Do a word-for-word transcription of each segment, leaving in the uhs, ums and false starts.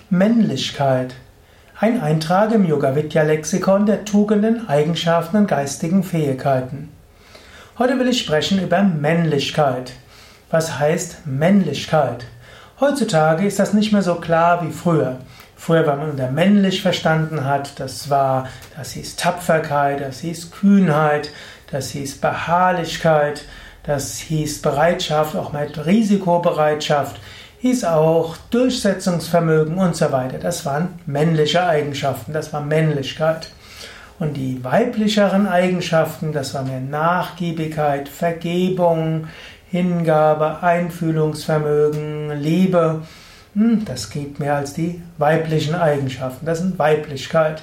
Männlichkeit. Ein Eintrag im Yoga-Vidya-Lexikon der Tugenden, Eigenschaften und geistigen Fähigkeiten. Heute will ich sprechen über Männlichkeit. Was heißt Männlichkeit? Heutzutage ist das nicht mehr so klar wie früher. Früher, wenn man unter männlich verstanden hat, das war, das hieß Tapferkeit, das hieß Kühnheit, das hieß Beharrlichkeit, das hieß Bereitschaft, auch mit Risikobereitschaft, hieß auch Durchsetzungsvermögen und so weiter. Das waren männliche Eigenschaften, das war Männlichkeit. Und die weiblicheren Eigenschaften, das war mehr Nachgiebigkeit, Vergebung, Hingabe, Einfühlungsvermögen, Liebe. Das gibt mehr als die weiblichen Eigenschaften. Das sind Weiblichkeit.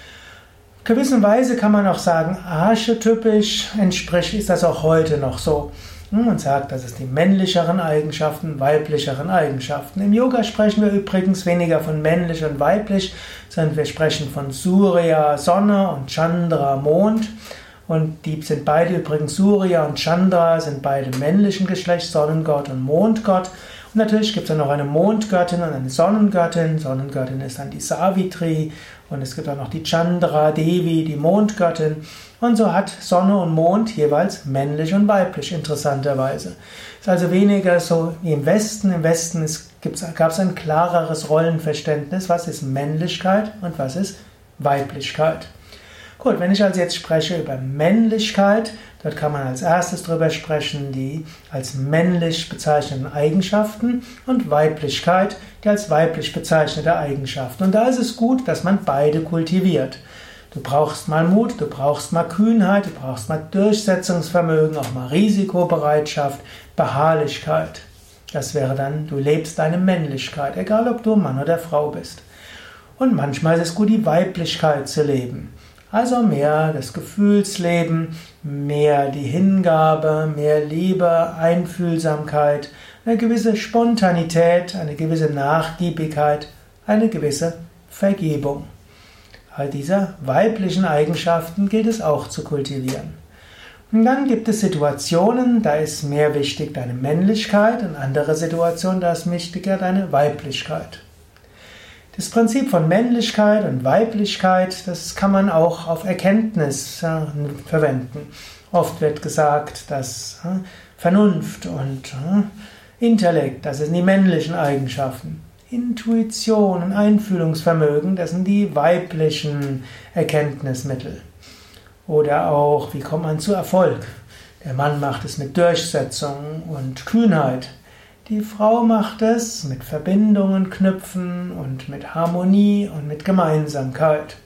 In gewisser Weise kann man auch sagen, archetypisch entspricht, ist das auch heute noch so. Man sagt, das ist die männlicheren Eigenschaften, weiblicheren Eigenschaften. Im Yoga sprechen wir übrigens weniger von männlich und weiblich, sondern wir sprechen von Surya, Sonne, und Chandra, Mond. Und die sind beide übrigens, Surya und Chandra sind beide männlichen Geschlechts, Sonnengott und Mondgott. Und natürlich gibt es dann noch eine Mondgöttin und eine Sonnengöttin. Sonnengöttin ist dann die Savitri und es gibt auch noch die Chandra Devi, die Mondgöttin. Und so hat Sonne und Mond jeweils männlich und weiblich, interessanterweise. Ist also weniger so wie im Westen. Im Westen gab es ein klareres Rollenverständnis, was ist Männlichkeit und was ist Weiblichkeit. Gut, wenn ich also jetzt spreche über Männlichkeit, dort kann man als erstes drüber sprechen, die als männlich bezeichneten Eigenschaften, und Weiblichkeit, die als weiblich bezeichnete Eigenschaften. Und da ist es gut, dass man beide kultiviert. Du brauchst mal Mut, du brauchst mal Kühnheit, du brauchst mal Durchsetzungsvermögen, auch mal Risikobereitschaft, Beharrlichkeit. Das wäre dann, du lebst deine Männlichkeit, egal ob du Mann oder Frau bist. Und manchmal ist es gut, die Weiblichkeit zu leben. Also mehr das Gefühlsleben, mehr die Hingabe, mehr Liebe, Einfühlsamkeit, eine gewisse Spontanität, eine gewisse Nachgiebigkeit, eine gewisse Vergebung. All diese weiblichen Eigenschaften gilt es auch zu kultivieren. Und dann gibt es Situationen, da ist mehr wichtig deine Männlichkeit, und andere Situationen, da ist wichtiger deine Weiblichkeit. Das Prinzip von Männlichkeit und Weiblichkeit, das kann man auch auf Erkenntnis ja, verwenden. Oft wird gesagt, dass ja, Vernunft und ja, Intellekt, das sind die männlichen Eigenschaften. Intuition und Einfühlungsvermögen, das sind die weiblichen Erkenntnismittel. Oder auch, wie kommt man zu Erfolg? Der Mann macht es mit Durchsetzung und Kühnheit. Die Frau macht es mit Verbindungen knüpfen und mit Harmonie und mit Gemeinsamkeit.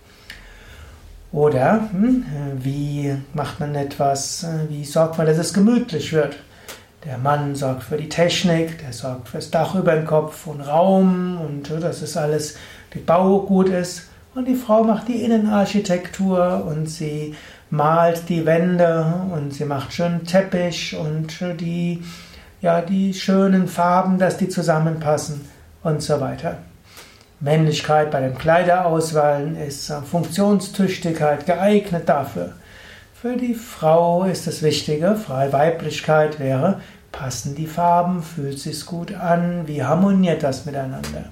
Oder hm, wie macht man etwas, wie sorgt man, dass es gemütlich wird? Der Mann sorgt für die Technik, der sorgt für das Dach über dem Kopf und Raum und dass es alles, der Bau gut ist. Und die Frau macht die Innenarchitektur und sie malt die Wände und sie macht schön Teppich und die Ja, die schönen Farben, dass die zusammenpassen und so weiter. Männlichkeit bei den Kleiderauswahlen ist Funktionstüchtigkeit, geeignet dafür. Für die Frau ist das Wichtige, freie Weiblichkeit wäre, passen die Farben, fühlt sich's gut an, wie harmoniert das miteinander?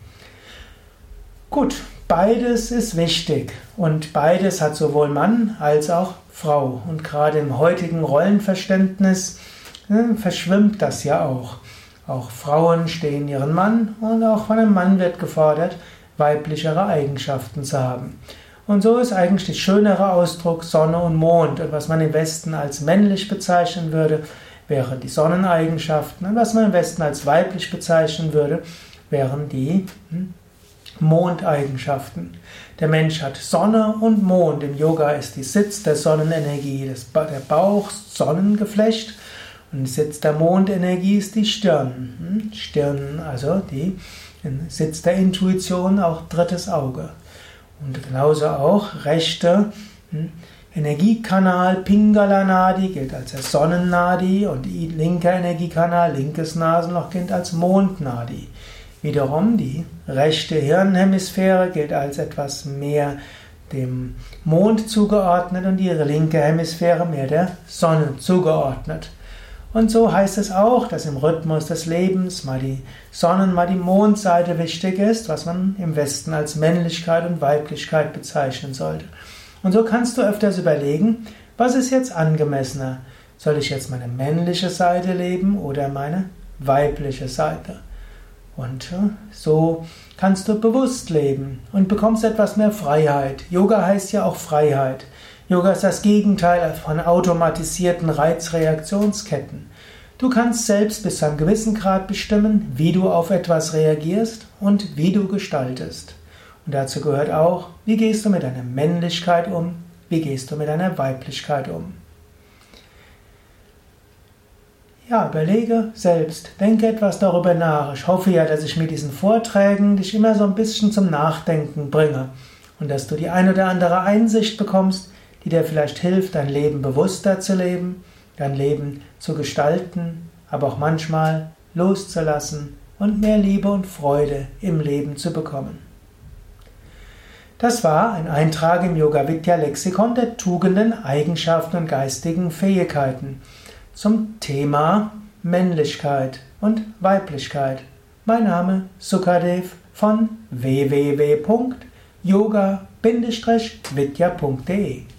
Gut, beides ist wichtig und beides hat sowohl Mann als auch Frau. Und gerade im heutigen Rollenverständnis verschwimmt das ja auch. Auch Frauen stehen ihren Mann und auch von einem Mann wird gefordert, weiblichere Eigenschaften zu haben. Und so ist eigentlich der schönere Ausdruck Sonne und Mond. Und was man im Westen als männlich bezeichnen würde, wären die Sonneneigenschaften. Und was man im Westen als weiblich bezeichnen würde, wären die Mondeigenschaften. Der Mensch hat Sonne und Mond. Im Yoga ist die Sitz der Sonnenenergie der Bauch, Sonnengeflecht. Und Sitz der Mondenergie ist die Stirn. Stirn, also die Sitz der Intuition, auch drittes Auge. Und genauso auch rechte Energiekanal, Pingala Nadi, gilt als der Sonnennadi, und die linke Energiekanal, linkes Nasenloch, gilt als Mondnadi. Wiederum die rechte Hirnhemisphäre gilt als etwas mehr dem Mond zugeordnet und die linke Hemisphäre mehr der Sonne zugeordnet. Und so heißt es auch, dass im Rhythmus des Lebens mal die Sonnen-, mal die Mondseite wichtig ist, was man im Westen als Männlichkeit und Weiblichkeit bezeichnen sollte. Und so kannst du öfters überlegen, was ist jetzt angemessener? Soll ich jetzt meine männliche Seite leben oder meine weibliche Seite? Und so kannst du bewusst leben und bekommst etwas mehr Freiheit. Yoga heißt ja auch Freiheit. Yoga ist das Gegenteil von automatisierten Reizreaktionsketten. Du kannst selbst bis zu einem gewissen Grad bestimmen, wie du auf etwas reagierst und wie du gestaltest. Und dazu gehört auch, wie gehst du mit deiner Männlichkeit um, wie gehst du mit deiner Weiblichkeit um. Ja, überlege selbst, denke etwas darüber nach. Ich hoffe ja, dass ich mit diesen Vorträgen dich immer so ein bisschen zum Nachdenken bringe und dass du die ein oder andere Einsicht bekommst, die dir vielleicht hilft, dein Leben bewusster zu leben, dein Leben zu gestalten, aber auch manchmal loszulassen und mehr Liebe und Freude im Leben zu bekommen. Das war ein Eintrag im Yoga Vidya Lexikon der Tugenden, Eigenschaften und geistigen Fähigkeiten zum Thema Männlichkeit und Weiblichkeit. Mein Name Sukadev von w w w punkt yoga Bindestrich vidya punkt de